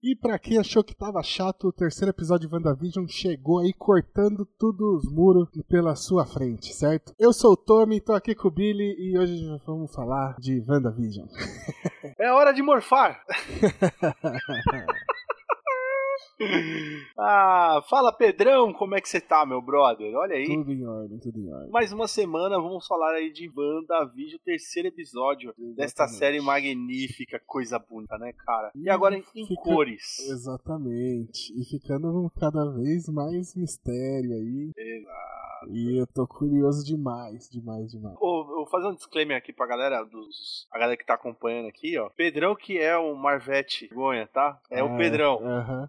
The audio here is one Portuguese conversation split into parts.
E pra quem achou que tava chato, o terceiro episódio de WandaVision chegou aí cortando todos os muros pela sua frente, certo? Eu sou o Tommy, tô aqui com o Billy e hoje vamos falar de WandaVision. É hora de morfar! Fala Pedrão, como é que você tá, meu brother? Olha aí. Tudo em ordem, tudo em ordem. Mais uma semana, vamos falar aí de WandaVision, terceiro episódio desta série magnífica, coisa bonita, né, cara? E agora em cores. Exatamente. E ficando cada vez mais mistério aí. Exato. E eu tô curioso demais. Eu vou fazer um disclaimer aqui pra galera, a galera que tá acompanhando aqui, ó. Pedrão que é o Marvete Gonha, tá? É o Pedrão. Aham.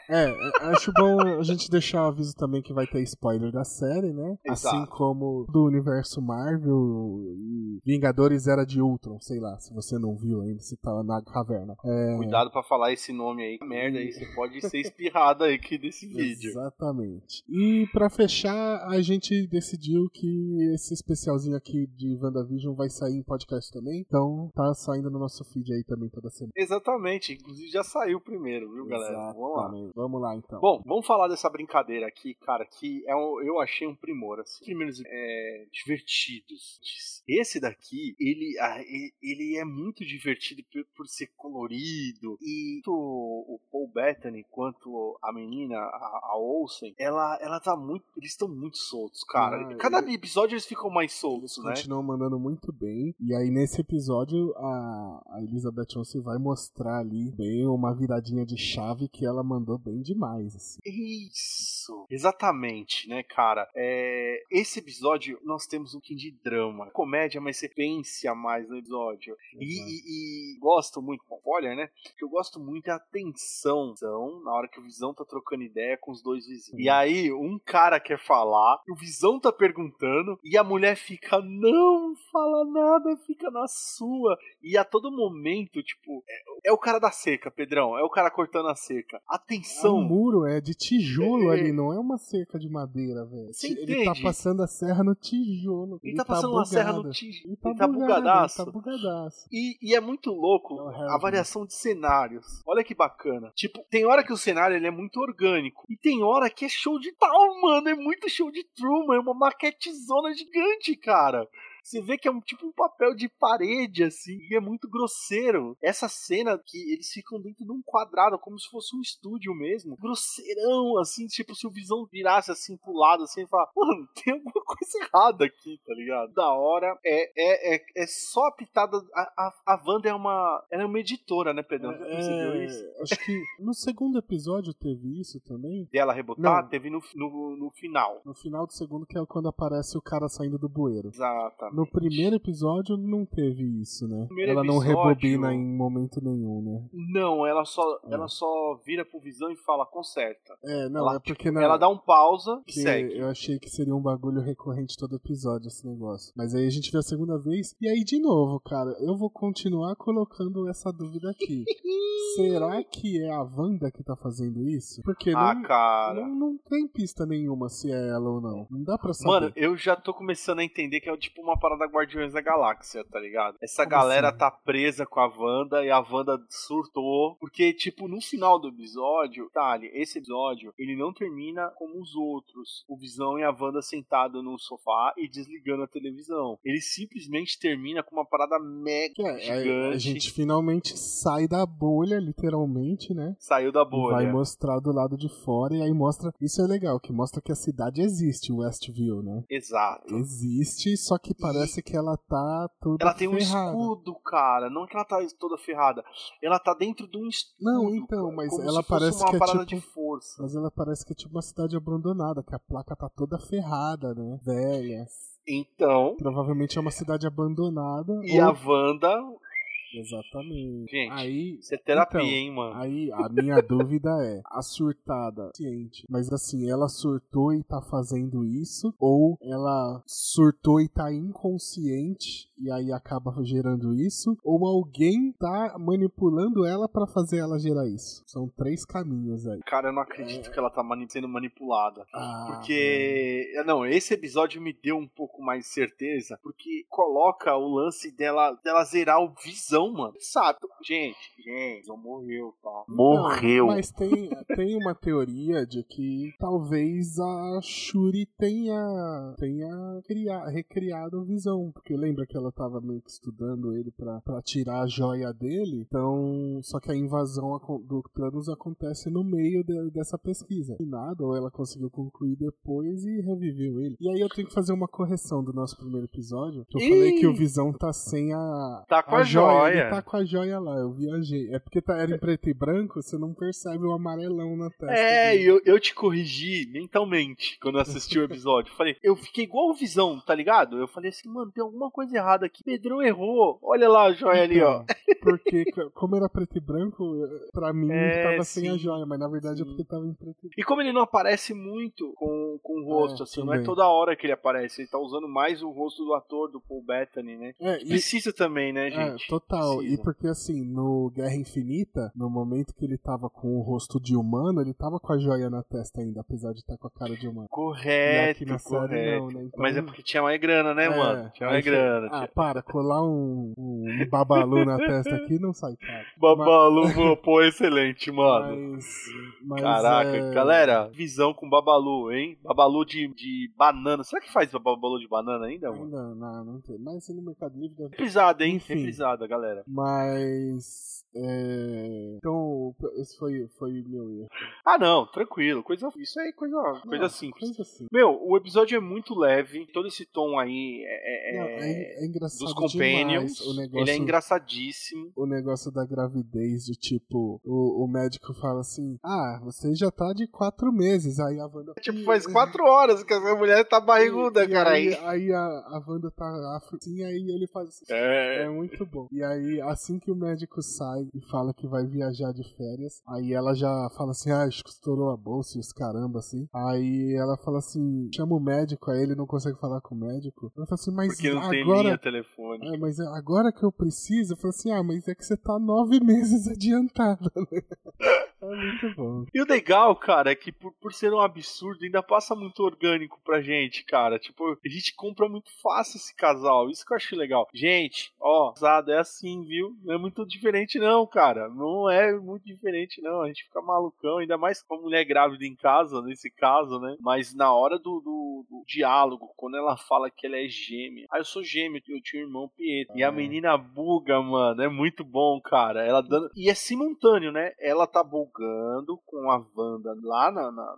Acho bom a gente deixar o aviso também que vai ter spoiler da série, né? Exato. Assim como do universo Marvel e Vingadores Era de Ultron, sei lá, se você não viu ainda, se tá na caverna. Cuidado pra falar esse nome aí, merda aí, você pode ser espirrado aí aqui desse vídeo. Exatamente. E pra fechar, a gente decidiu que esse especialzinho aqui de WandaVision vai sair em podcast também, então tá saindo no nosso feed aí também toda semana. Exatamente, inclusive já saiu primeiro, viu, galera? Vamos lá. Vamos lá, então. Bom, vamos falar dessa brincadeira aqui, cara, que eu achei um primor, assim. Primeiros divertidos. Esse daqui, ele é muito divertido por ser colorido. E tanto o Paul Bettany quanto a menina, a Olsen, ela tá muito... Eles estão muito soltos, cara. Cada episódio eles ficam mais soltos, né? Eles continuam mandando muito bem. E aí, nesse episódio, a Elizabeth Olsen vai mostrar ali bem uma viradinha de chave que ela mandou bem demais, assim. Isso, exatamente, né, cara? Esse episódio nós temos um pouquinho de drama, comédia, mas você pensa mais no episódio. E gosto muito, spoiler, né? Que eu gosto muito da tensão na hora que o Visão tá trocando ideia com os dois vizinhos. E aí, um cara quer falar, o Visão tá perguntando, e a mulher fica, não fala nada, fica na sua. E a todo momento, tipo, é o cara da cerca, Pedrão, é o cara cortando a cerca. A tensão. O muro é de tijolo ali, não é uma cerca de madeira, velho. Ele tá passando a serra no tijolo. Ele tá passando a serra no tijolo. Ele tá bugadaço. E é muito louco a variação de cenários. Olha que bacana. Tipo, tem hora que o cenário ele é muito orgânico. E tem hora que é show de tal, mano. É muito show de Truman. É uma maquetezona gigante, cara. Você vê que é tipo um papel de parede, assim, e é muito grosseiro. Essa cena que eles ficam dentro de um quadrado, como se fosse um estúdio mesmo. Grosseirão, assim, tipo, se o Visão virasse assim pro lado, assim, e falar, mano, tem alguma coisa errada aqui, tá ligado? Da hora, é só a pitada. A Wanda ela é uma editora, né, Pedro? Você percebeu isso? Acho que no segundo episódio teve isso também. Dela rebotar? Não. Teve no final. No final do segundo, que é quando aparece o cara saindo do bueiro. Exatamente. No primeiro episódio não teve isso, né? Ela não rebobina em momento nenhum, né? Não, ela só vira pro Visão e fala, conserta. É porque... ela dá um pausa e segue. Eu achei que seria um bagulho recorrente todo episódio, esse negócio. Mas aí a gente vê a segunda vez, e aí de novo, cara, eu vou continuar colocando essa dúvida aqui. Será que é a Wanda que tá fazendo isso? Porque cara, não tem pista nenhuma se é ela ou não. Não dá pra saber. Mano, eu já tô começando a entender que é tipo uma parada Guardiões da Galáxia, tá ligado? Essa Como galera assim? tá presa com a Wanda e a Wanda surtou. Porque, tipo, no final do episódio, esse episódio, ele não termina como os outros. O Visão e a Wanda sentado no sofá e desligando a televisão. Ele simplesmente termina com uma parada mega gigante. A gente finalmente sai da bolha, literalmente, né? Saiu da bolha. E vai mostrar do lado de fora e aí mostra... Isso é legal, que mostra que a cidade existe, Westview, né? Exato. Existe, só que parece que ela tá toda ferrada. Ela tem um escudo, cara. Não é que ela tá toda ferrada. Ela tá dentro de um escudo. Não, então, cara, mas como ela se fosse parece uma que é parada tipo... de força. Mas ela parece que é tipo uma cidade abandonada, que a placa tá toda ferrada, né? Velha. Então... Provavelmente é uma cidade abandonada. E a Wanda... Exatamente. Gente, aí, isso é terapia, então, hein, mano? Aí a minha dúvida é, a surtada, ciente, mas assim, ela surtou e tá fazendo isso, ou ela surtou e tá inconsciente e aí acaba gerando isso, ou alguém tá manipulando ela pra fazer ela gerar isso. São 3 caminhos aí. Cara, eu não acredito que ela tá sendo manipulada. Porque... Não, esse episódio me deu um pouco mais certeza, porque coloca o lance dela zerar o Visão visão, mano. Sabe? Gente, Visão morreu, tá? Morreu. Não, mas tem uma teoria de que talvez a Shuri tenha recriado o Visão. Porque lembra que ela tava meio que estudando ele pra tirar a joia dele? Então, só que a invasão do Thanos acontece no meio dessa pesquisa. E nada, ou ela conseguiu concluir depois e reviveu ele. E aí eu tenho que fazer uma correção do nosso primeiro episódio. Que eu falei que o Visão tá sem Tá com a joia. Ele tá com a joia lá, eu viajei. É porque era em preto e branco, você não percebe o amarelão na testa. Eu te corrigi mentalmente quando eu assisti o episódio. Eu fiquei igual o Visão, tá ligado? Eu falei assim, mano, tem alguma coisa errada aqui. Pedrão errou. Olha lá a joia ali, ó. Porque como era preto e branco, pra mim tava sem a joia, mas na verdade é porque tava em preto e branco. E como ele não aparece muito com o rosto, assim, também. Não é toda hora que ele aparece, ele tá usando mais o rosto do ator, do Paul Bettany, né? Precisa também, né, gente? Total. Precisa. E porque assim, no Guerra Infinita, no momento que ele tava com o rosto de humano, ele tava com a joia na testa ainda, apesar de estar com a cara de humano. Correto, aqui na série não, né? Então, mas é porque tinha mais grana, né, mano? Tinha mais grana. Para, colar um Babalu na testa aqui não sai caro. Babalu, pô, excelente, mano. Mas caraca, galera, Visão com Babalu, hein? Babalu de banana. Será que faz Babalu de banana ainda, mano? Ainda não tem. Mas no Mercado Livre deve... Reprisada, hein? Enfim, reprisada, galera. Mas... Então, esse foi meu erro. Não, tranquilo. Isso aí é coisa simples. Meu, o episódio é muito leve. Todo esse tom aí é engraçado dos Companions. O negócio, ele é engraçadíssimo. O negócio da gravidez, de tipo, o médico fala assim, você já tá de 4 meses. Aí a Wanda... faz 4 horas que essa mulher tá barriguda, cara. Aí a Wanda tá assim, aí ele faz assim. É muito bom. E aí, assim que o médico sai e fala que vai viajar de férias, aí ela já fala assim, acho que estourou a bolsa e os caramba, assim. Aí ela fala assim, chama o médico, aí ele não consegue falar com o médico. Ela fala assim, mas porque não agora... tem linha telefônica. Mas agora que eu preciso, eu falo assim, mas é que você tá 9 meses adiantada, né? É muito bom. E o legal, cara, é que por ser um absurdo, ainda passa muito orgânico pra gente, cara. Tipo, a gente compra muito fácil esse casal. Isso que eu acho legal. Gente, casado é assim, viu? Não é muito diferente não, cara. Não é muito diferente não. A gente fica malucão, ainda mais com a mulher grávida em casa, nesse caso, né? Mas na hora do diálogo, quando ela fala que ela é gêmea. Eu sou gêmeo, eu tinha um irmão Pietro. E a menina buga, mano. É muito bom, cara. Ela dando... E é simultâneo, né? Ela tá bugando com a Wanda lá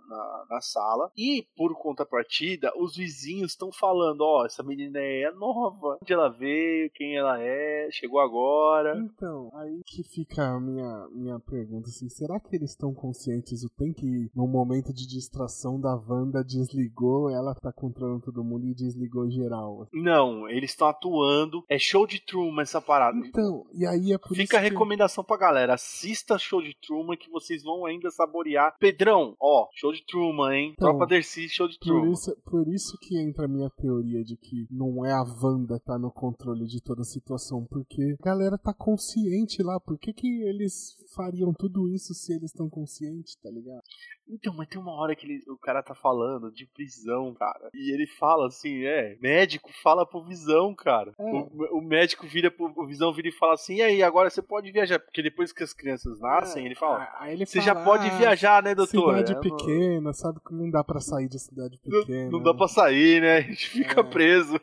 na sala. E, por contrapartida, os vizinhos estão falando, essa menina é nova. Onde ela veio, quem ela é, chegou agora. Então, aí que fica a minha pergunta, assim, será que eles estão conscientes o tempo que no momento de distração da Wanda desligou, ela tá controlando todo mundo e desligou geral? Não, eles estão atuando. É show de Truman essa parada. Então, e aí é por Fica a recomendação pra galera. Assista show de Truman que vocês vão ainda saborear. Pedrão, show de Truman, hein? Então, Tropa Dercy, show de Truman. Por isso que entra a minha teoria de que não é a Wanda que tá no controle de toda a situação, porque a galera tá consciente lá. Por que eles fariam tudo isso se eles estão conscientes, tá ligado? Então, mas tem uma hora que o cara tá falando de prisão, cara. E ele fala assim, médico fala pro Visão, cara. O médico o Visão vira e fala assim, e aí, agora você pode viajar. Porque depois que as crianças nascem, ele fala, você já pode viajar, né, doutor? Cidade pequena, sabe que não dá pra sair de cidade pequena. Não dá pra sair, né? A gente fica preso.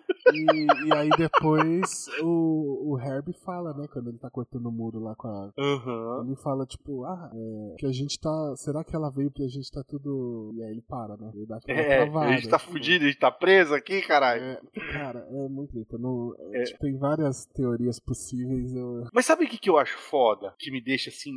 E aí depois o Herbie fala, né, quando ele tá cortando o muro lá com a... Ele fala, tipo, que a gente tá... Será que ela veio porque a gente tá tudo... E aí ele para, né? Ele dá aquela travada. A gente tá fudido, a gente tá preso aqui, caralho. Cara, é muito treta. Tipo, tem várias teorias possíveis. Mas sabe o que eu acho foda? Que me deixa assim,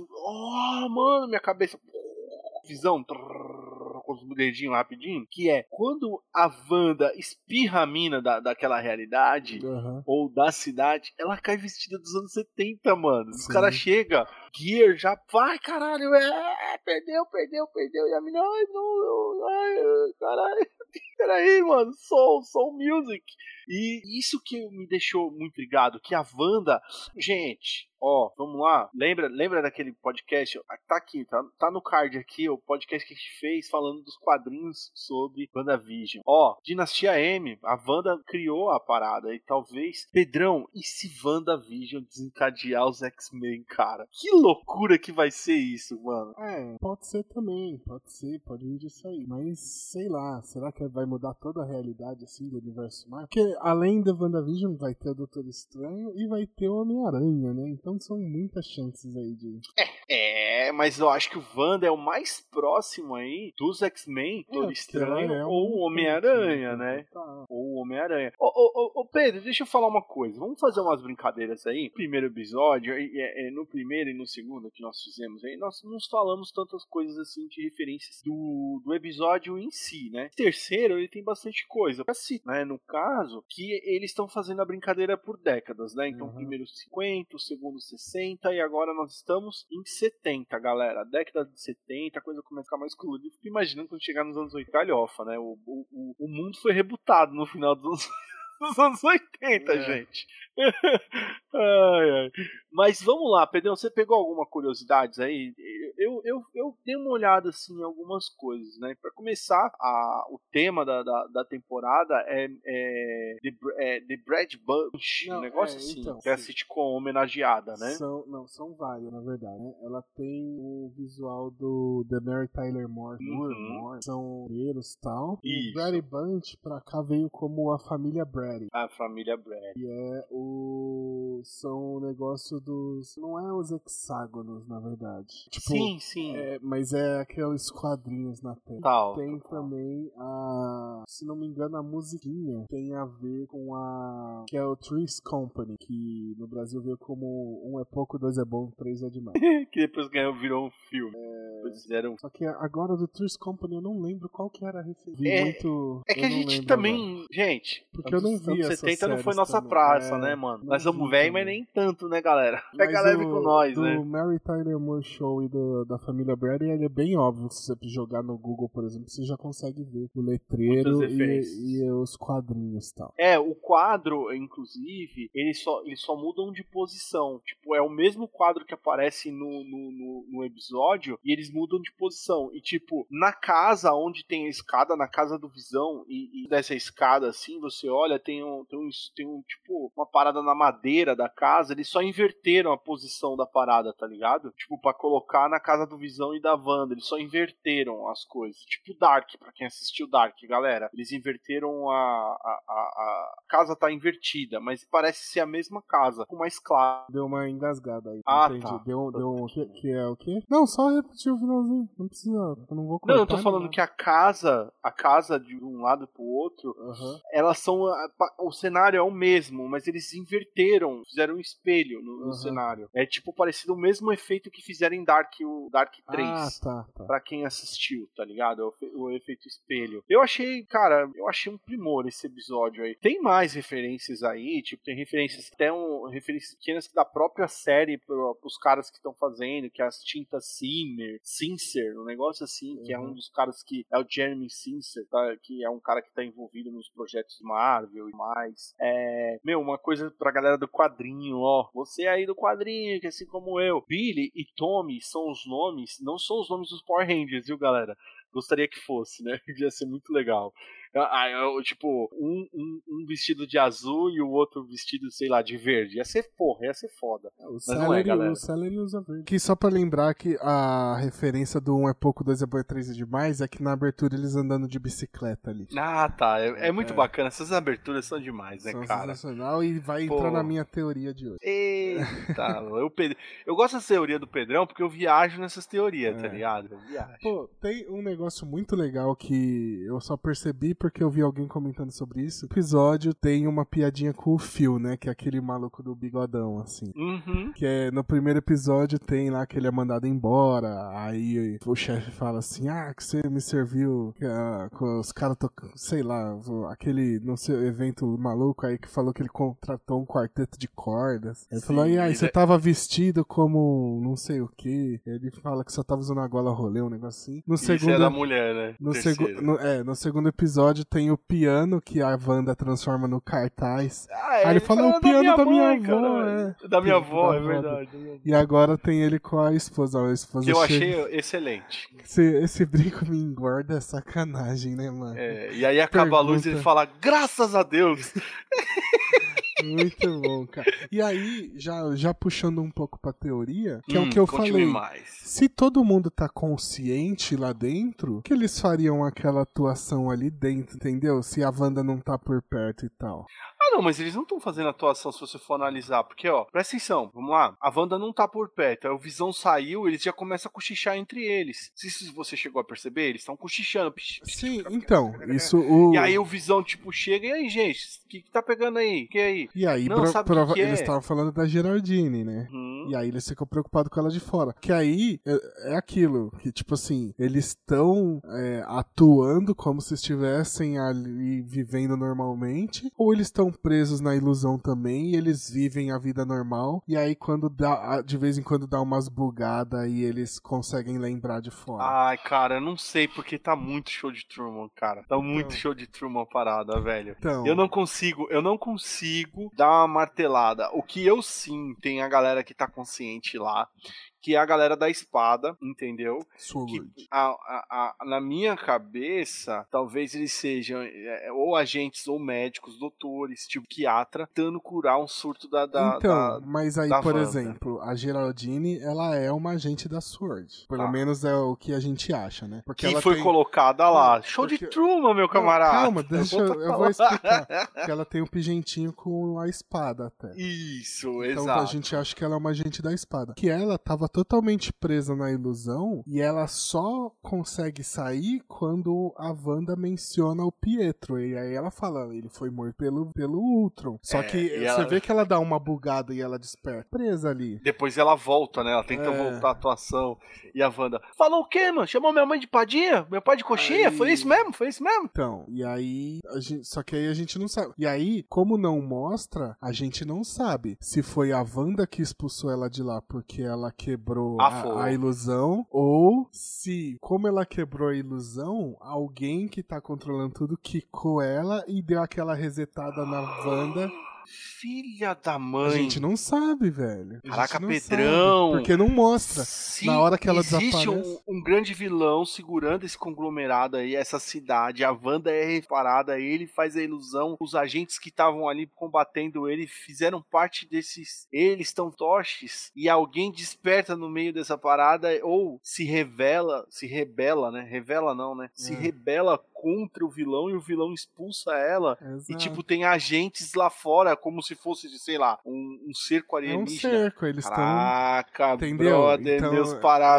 mano, minha cabeça... Visão, com os dedinhos rapidinho, que é quando a Wanda espirra a mina daquela realidade, ou da cidade, ela cai vestida dos anos 70, mano. Os caras chegam, Gear já vai, caralho, perdeu, e a mina, caralho. peraí, mano, Soul Music. E isso que me deixou muito ligado, que a Wanda, gente, ó, vamos lá, lembra daquele podcast, tá aqui, tá no card aqui, o podcast que a gente fez falando dos quadrinhos sobre WandaVision. Ó, Dinastia M, a Wanda criou a parada, e talvez, Pedrão, e se WandaVision desencadear os X-Men, cara? Que loucura que vai ser isso, mano. Pode ser também, pode vir disso aí, mas sei lá, será que vai mudar toda a realidade, assim, do universo Marvel? Porque além da WandaVision vai ter o Doutor Estranho e vai ter o Homem-Aranha, né? Então são muitas chances aí de... Mas eu acho que o Wanda é o mais próximo aí dos X-Men, Doutor Estranho ou o Homem-Aranha, né? Tá. Ou o Homem-Aranha. Ô Pedro, deixa eu falar uma coisa. Vamos fazer umas brincadeiras aí. No primeiro episódio, no primeiro e no segundo que nós fizemos aí, nós não falamos tantas coisas assim de referências do episódio em si, né? O terceiro, ele tem bastante coisa pra si, né? No caso, que eles estão fazendo a brincadeira por décadas, né? Então, o primeiro 50, o segundo 60 e agora nós estamos em 70, galera. Década de 70, a coisa começa a ficar mais colorida. Fico imaginando quando chegar nos anos 80, galhofa, né? O mundo foi rebutado no final dos anos 80, gente. Ai. Mas vamos lá, Pedrão, você pegou alguma curiosidade aí? Eu dei uma olhada assim em algumas coisas, né? Para começar, o tema da temporada é The Brad Bunch, um negócio assim, então, que é a sitcom homenageada, né? São várias, na verdade, né? Ela tem o visual do The Mary Tyler Moore, são guerreiros e tal. E Brady Bunch pra cá veio como a família Brady. A família Brady. E são o negócio dos... Não é os hexágonos, na verdade. Tipo, sim. Mas é aqueles quadrinhos na tela. Tem também se não me engano, a musiquinha tem a ver com que é o Three's Company, que no Brasil veio como 1 é pouco, 2 é bom, 3 é demais. Que depois virou um filme. Só que agora do Three's Company eu não lembro qual que era a referência. É que a gente também... Agora. Gente, porque eu não vi anos 70 não foi nossa praça, né, mano? Nós somos velho, mas nem tanto, né, galera? Pega leve com nós, né? O Mary Tyler Moore Show e da família Brady, ele é bem óbvio. Se você jogar no Google, por exemplo, você já consegue ver o letreiro e os quadrinhos e tal. O quadro, inclusive, eles só mudam de posição. Tipo, é o mesmo quadro que aparece no episódio e eles mudam de posição. E, tipo, na casa onde tem a escada, na casa do Visão, e dessa escada, assim, você olha, tem um tipo, uma parada na madeira da casa, eles só inverteram a posição da parada, tá ligado? Tipo, pra colocar na casa do Visão e da Wanda, eles só inverteram as coisas. Tipo Dark, pra quem assistiu Dark, galera. Eles inverteram a casa tá invertida, mas parece ser a mesma casa, com mais claro. Deu uma engasgada aí. Entendi. Tá. Deu que é o quê? Não, só repetir o finalzinho. Não precisa, eu não vou cortar. Não, eu tô falando que a casa de um lado pro outro, elas são... O cenário é o mesmo, mas eles inverteram, fizeram um espelho no cenário. É tipo parecido o mesmo efeito que fizeram em o Dark 3. Tá. Pra quem assistiu, tá ligado? O efeito espelho. Eu achei um primor esse episódio aí. Tem mais referências aí, tipo, tem referências referências pequenas da própria série pros caras que estão fazendo, que é as tintas Sincer, um negócio assim, que é um dos caras que é o Jeremy Sincer, tá? Que é um cara que tá envolvido nos projetos Marvel e mais. Uma coisa pra galera do quadrinho, ó. Você aí do quadrinho, que assim como eu. Billy e Tommy são os nomes, não são os nomes dos Power Rangers, viu, galera? Gostaria que fosse, né? Ia ser muito legal. Tipo, um vestido de azul e o outro vestido, sei lá, de verde. Ia ser foda. Mas não é, galera. O Celery usa verde. Que só pra lembrar que a referência do 1 é pouco, 2 é bom, 3 é demais, é que na abertura eles andando de bicicleta ali. Tá. É muito bacana. Essas aberturas são demais, né, são cara? Sensacional e vai entrar na minha teoria de hoje. Eita, eu gosto dessa teoria do Pedrão porque eu viajo nessas teorias, tá ligado? Eu viajo. Pô, tem um negócio muito legal que eu só percebi porque eu vi alguém comentando sobre isso. O episódio tem uma piadinha com o Phil, né? Que é aquele maluco do bigodão, assim. Que é no primeiro episódio tem lá que ele é mandado embora. Aí o chefe fala assim: que você me serviu com os caras tocando, sei lá, aquele, não sei, evento maluco aí que falou que ele contratou um quarteto de cordas. Ele falou: e aí, você tava vestido como não sei o que. Ele fala que só tava usando a gola rolê, um negócio assim. No segundo, é da mulher, né? No segundo episódio episódio tem o piano que a Wanda transforma no cartaz. Aí ele fala, o piano da minha avó, cara, Da minha avó, é verdade. E agora tem ele com a esposa. A esposa que eu achei excelente. Esse brinco me engorda, é sacanagem, né, mano? E aí acaba a luz e ele fala, graças a Deus! Muito bom, cara. E aí, já puxando um pouco pra teoria, que é o que eu falei. Se todo mundo tá consciente lá dentro, que eles fariam aquela atuação ali dentro, entendeu? Se a Wanda não tá por perto e tal. Não, mas eles não estão fazendo atuação se você for analisar, porque, ó, presta atenção, vamos lá, a Wanda não tá por perto, aí o Visão saiu, eles já começam a cochichar entre eles. Se você chegou a perceber, eles estão cochichando. Sim, então, isso... E aí o Visão, tipo, chega, e aí, gente, o que tá pegando aí? Que aí? E aí, não, sabe que eles estavam falando da Geraldine, né? E aí eles ficam preocupados com ela de fora. Que aí, é aquilo, que tipo assim, eles estão atuando como se estivessem ali vivendo normalmente, ou eles estão presos na ilusão também e eles vivem a vida normal, e aí quando dá, de vez em quando dá umas bugadas e eles conseguem lembrar de fora. Ai, cara, eu não sei, porque tá muito show de Truman, cara. Tá muito show de Truman parada, velho. Então, eu não consigo dar uma martelada. O que eu sim, tem a galera que tá consciente lá, que é a galera da espada, entendeu? Que, na minha cabeça, talvez eles sejam ou agentes ou médicos, doutores, tipo psiquiatra, tentando curar um surto mas aí, por exemplo, a Geraldine, ela é uma agente da SWORD. Pelo menos é o que a gente acha, né? Porque ela foi colocada lá. Show de Truman, meu camarada. Calma, eu vou explicar. Porque ela tem um pigentinho com a espada até. Isso, então, exato. Então a gente acha que ela é uma agente da espada. Que ela tava totalmente presa na ilusão e ela só consegue sair quando a Wanda menciona o Pietro. E aí ela fala, ele foi morto pelo Ultron. Só que você vê que ela dá uma bugada e ela desperta. Presa ali. Depois ela volta, né? Ela tenta voltar à atuação. E a Wanda, falou o quê, mano? Chamou minha mãe de padinha? Meu pai de coxinha? Aí... Foi isso mesmo? Então, e aí... Só que aí a gente não sabe. E aí, como não mostra, a gente não sabe se foi a Wanda que expulsou ela de lá porque ela quebrou a ilusão, ou se, como ela quebrou a ilusão, alguém que tá controlando tudo quicou ela e deu aquela resetada na Wanda. Filha da mãe. A gente não sabe, velho. Caraca, Pedrão. Sabe, porque não mostra. Na hora que ela desaparece. Existe um grande vilão segurando esse conglomerado aí, essa cidade. A Wanda é reparada, ele faz a ilusão. Os agentes que estavam ali combatendo ele fizeram parte desses... Eles estão toches. E alguém desperta no meio dessa parada ou se rebela, né? Revela não, né? Se rebela contra o vilão e o vilão expulsa ela. Exato. E tipo, tem agentes lá fora como se fosse, sei lá, um cerco alienígena. É um cerco, eles estão... Caraca, brother, então, meus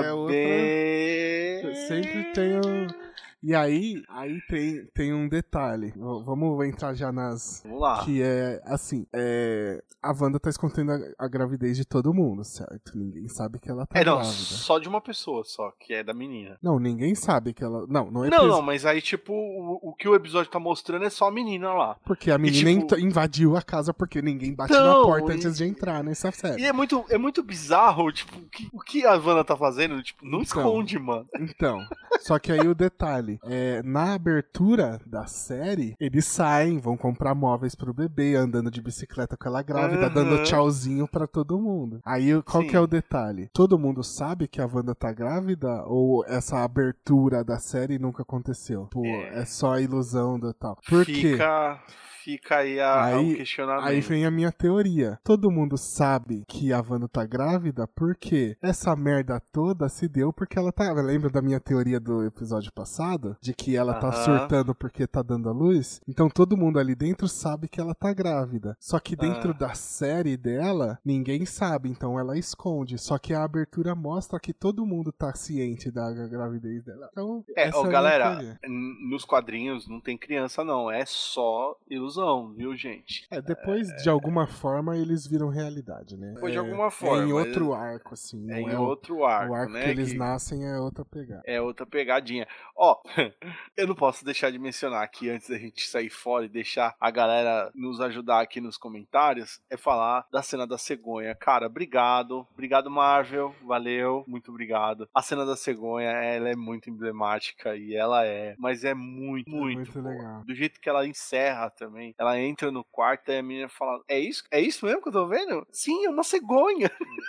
parabéns! Sempre tem E aí tem um detalhe. Vamos entrar já nas... Vamos lá. Que é, assim, a Wanda tá escondendo a gravidez de todo mundo, certo? Ninguém sabe que ela tá grávida. Só de uma pessoa só, que é da menina. Não, ninguém sabe que ela... Não é... Não, mas aí, tipo, o que o episódio tá mostrando é só a menina lá. Porque a menina invadiu a casa porque ninguém bate na porta antes de entrar nessa série. E é muito bizarro, tipo, o que a Wanda tá fazendo? Tipo, não esconde, mano. Então, só que aí o detalhe... na abertura da série, eles saem, vão comprar móveis pro bebê, andando de bicicleta com ela grávida, dando tchauzinho pra todo mundo. Aí, qual que é o detalhe? Todo mundo sabe que a Wanda tá grávida? Ou essa abertura da série nunca aconteceu? Pô, é só a ilusão do tal. Por quê? Fica aí o questionamento. Aí vem a minha teoria. Todo mundo sabe que a Wanda tá grávida porque essa merda toda se deu porque ela tá... Lembra da minha teoria do episódio passado? De que ela tá surtando porque tá dando a luz? Então todo mundo ali dentro sabe que ela tá grávida. Só que dentro da série dela, ninguém sabe, então ela esconde. Só que a abertura mostra que todo mundo tá ciente da gravidez dela. Então, galera, nos quadrinhos não tem criança não, é só ilusão. explosão, viu, gente? Depois, de alguma forma, eles viram realidade, né? Depois de alguma forma. É em outro arco, assim. É em outro arco, o arco né? que eles nascem é outra pegada. É outra pegadinha. Ó, eu não posso deixar de mencionar aqui, antes da gente sair fora e deixar a galera nos ajudar aqui nos comentários, é falar da cena da cegonha. Cara, obrigado. Obrigado, Marvel. Valeu. Muito obrigado. A cena da cegonha, ela é muito emblemática e ela mas é muito legal. Do jeito que ela encerra também. Ela entra no quarto e a menina fala: É isso mesmo que eu tô vendo? Sim, é uma cegonha.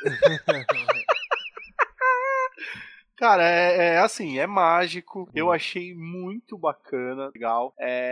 Cara, assim, é mágico. Eu achei muito bacana, legal.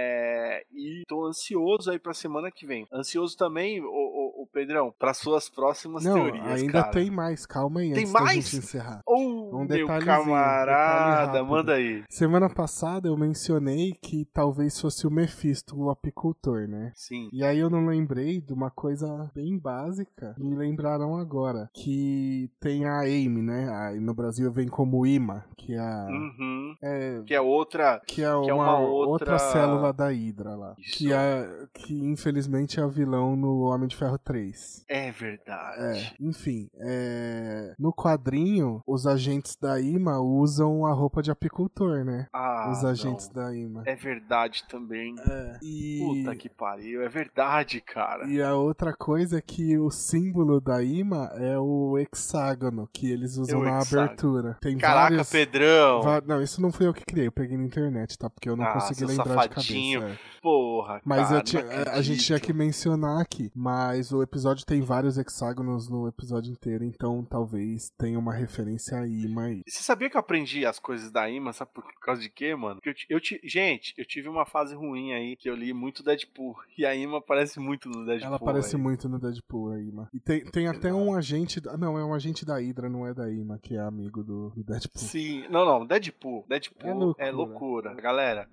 E tô ansioso aí pra semana que vem. Ansioso também, o Pedrão, para suas próximas teorias, ainda cara. tem mais, calma aí, tem antes mais? da gente encerrar. Um meu camarada, manda aí. Semana passada eu mencionei que talvez fosse o Mephisto, o apicultor, né? Sim. E aí eu não lembrei de uma coisa bem básica, me lembraram agora, que tem a Amy, né? Aí no Brasil vem como Ima, que é a... que é outra... Que é uma outra célula da Hydra lá. Isso. Que infelizmente é o vilão no Homem de Ferro 3. É verdade. Enfim, no quadrinho, os agentes da Ima usam a roupa de apicultor, né? Os agentes da Ima. É verdade também. Puta que pariu, é verdade, cara. E a outra coisa é que o símbolo da Ima é o hexágono, que eles usam na abertura. Tem Caraca, Pedrão! Não, isso não fui eu que criei, eu peguei na internet, tá? Porque eu não consegui lembrar safadinho. de cabeça. Porra, mas cara, a gente tinha que mencionar aqui. Mas o episódio tem vários hexágonos no episódio inteiro, então talvez tenha uma referência a Ima aí. Você sabia que eu aprendi as coisas da Ima? Sabe por causa de quê, mano? Porque gente, eu tive uma fase ruim aí, que eu li muito Deadpool. E a Ima aparece muito no Deadpool. Ela aparece muito no Deadpool, a Ima. E tem até um agente... Não, é um agente da Hydra, não é da Ima, que é amigo do Deadpool. Sim, não, Deadpool é loucura, galera.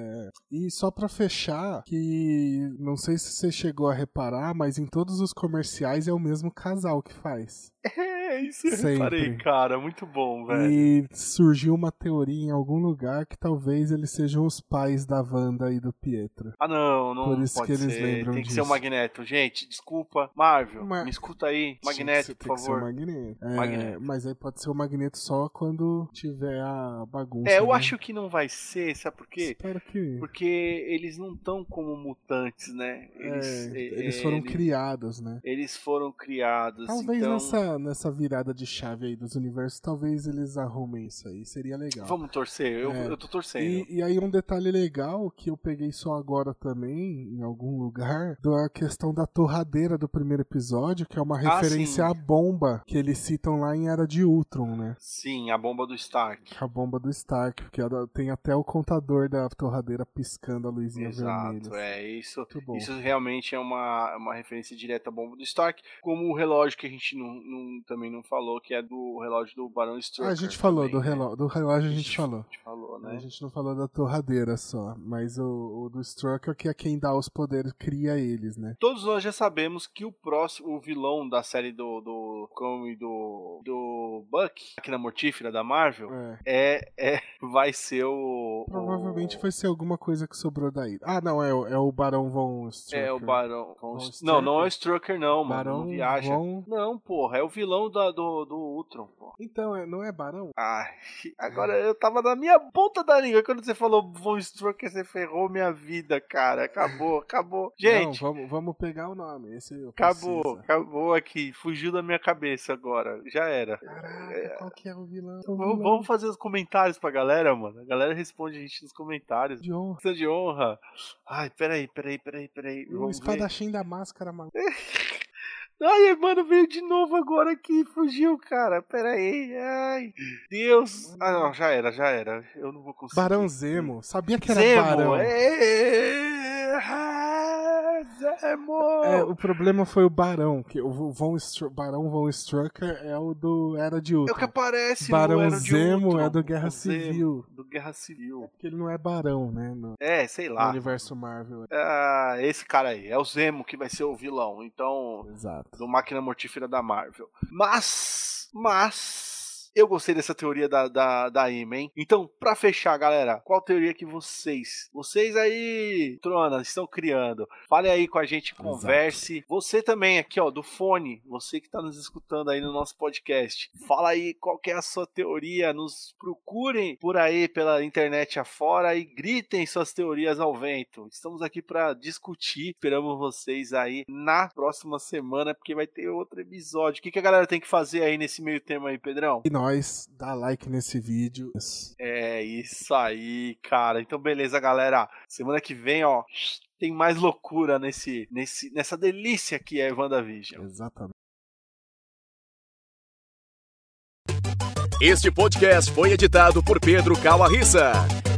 E só pra fechar, que não sei se você chegou a reparar, mas em todos os comerciais é o mesmo casal que faz. Isso eu reparei, cara, muito bom, velho. E surgiu uma teoria em algum lugar que talvez eles sejam os pais da Wanda e do Pietro. Não Por isso pode que eles ser. lembram Tem que disso. ser o Magneto. Gente, desculpa, Marvel, me escuta aí. Magneto, por favor. Tem que ser o Magneto. Mas aí pode ser o Magneto só quando tiver a bagunça. Eu acho que não vai ser, sabe por quê? Espero que... Porque eles não estão como mutantes, né? Eles foram criados, né? Eles foram criados. Talvez então... nessa virada de chave aí dos universos, talvez eles arrumem isso aí. Seria legal. Vamos torcer, eu tô torcendo. E aí um detalhe legal que eu peguei só agora também, em algum lugar, da questão da torradeira do primeiro episódio, que é uma referência à bomba que eles citam lá em Era de Ultron, né? Sim, a bomba do Stark. A bomba do Stark, porque tem até o contador da torradeira piscando a luzinha vermelha. Exato, isso. Isso realmente é uma referência direta à bomba do Stark, como o relógio que a gente também não falou, que é do relógio do Barão Strucker. A gente falou também, do relógio, a gente falou. A gente falou, né? A gente não falou da torradeira só, mas o do Strucker, que é quem dá os poderes, cria eles, né? Todos nós já sabemos que o vilão da série do Cão e do Buck, aqui na Mortífera da Marvel, vai ser Provavelmente vai ser alguma coisa que sobrou daí. Não, é o Barão Von Strucker. É o Barão Von Strucker. Não é o Strucker não, mano. Barão não viaja. Não, porra, é o vilão do Ultron, porra. Então, não é Barão? Agora eu tava na minha ponta da língua. Quando você falou Von Strucker, você ferrou minha vida, cara. Acabou. Gente. Não, vamos pegar o nome. Esse acabou aqui. Fugiu da minha cabeça agora. Já era. Caraca, qual que é o vilão? Vamos fazer os comentários pra galera, mano. A galera responde a gente nos comentários. De honra. Ai, peraí. O espadachim da máscara, mano. Ai, mano, veio de novo agora aqui, fugiu, cara. Pera aí, ai, Deus. Não, já era. Eu não vou conseguir. Barão Zemo, sabia que era Zemo. Barão. Zemo. O problema foi o Barão, que o Barão Von Strucker é o do Era de Ultron. É o que aparece Barão no Era de Zemo Ultron. é do Guerra Civil. Do Guerra Civil. É porque ele não é Barão, né? Sei lá. No universo Marvel. Esse cara aí, é o Zemo que vai ser o vilão, então... Exato. Do Máquina Mortífera da Marvel. Mas... Eu gostei dessa teoria da Amy, hein? Então, pra fechar, galera, qual teoria que vocês aí, Trona, estão criando? Fale aí com a gente, converse. Exato. Você também aqui, ó, do fone, você que tá nos escutando aí no nosso podcast, fala aí qual que é a sua teoria, nos procurem por aí pela internet afora e gritem suas teorias ao vento. Estamos aqui pra discutir, esperamos vocês aí na próxima semana, porque vai ter outro episódio. O que a galera tem que fazer aí nesse meio tempo aí, Pedrão? E nós, dá like nesse vídeo. É isso aí, cara. Então beleza, galera. Semana que vem, ó, tem mais loucura nessa delícia que é WandaVision. Exatamente. Este podcast foi editado por Pedro Calarissa.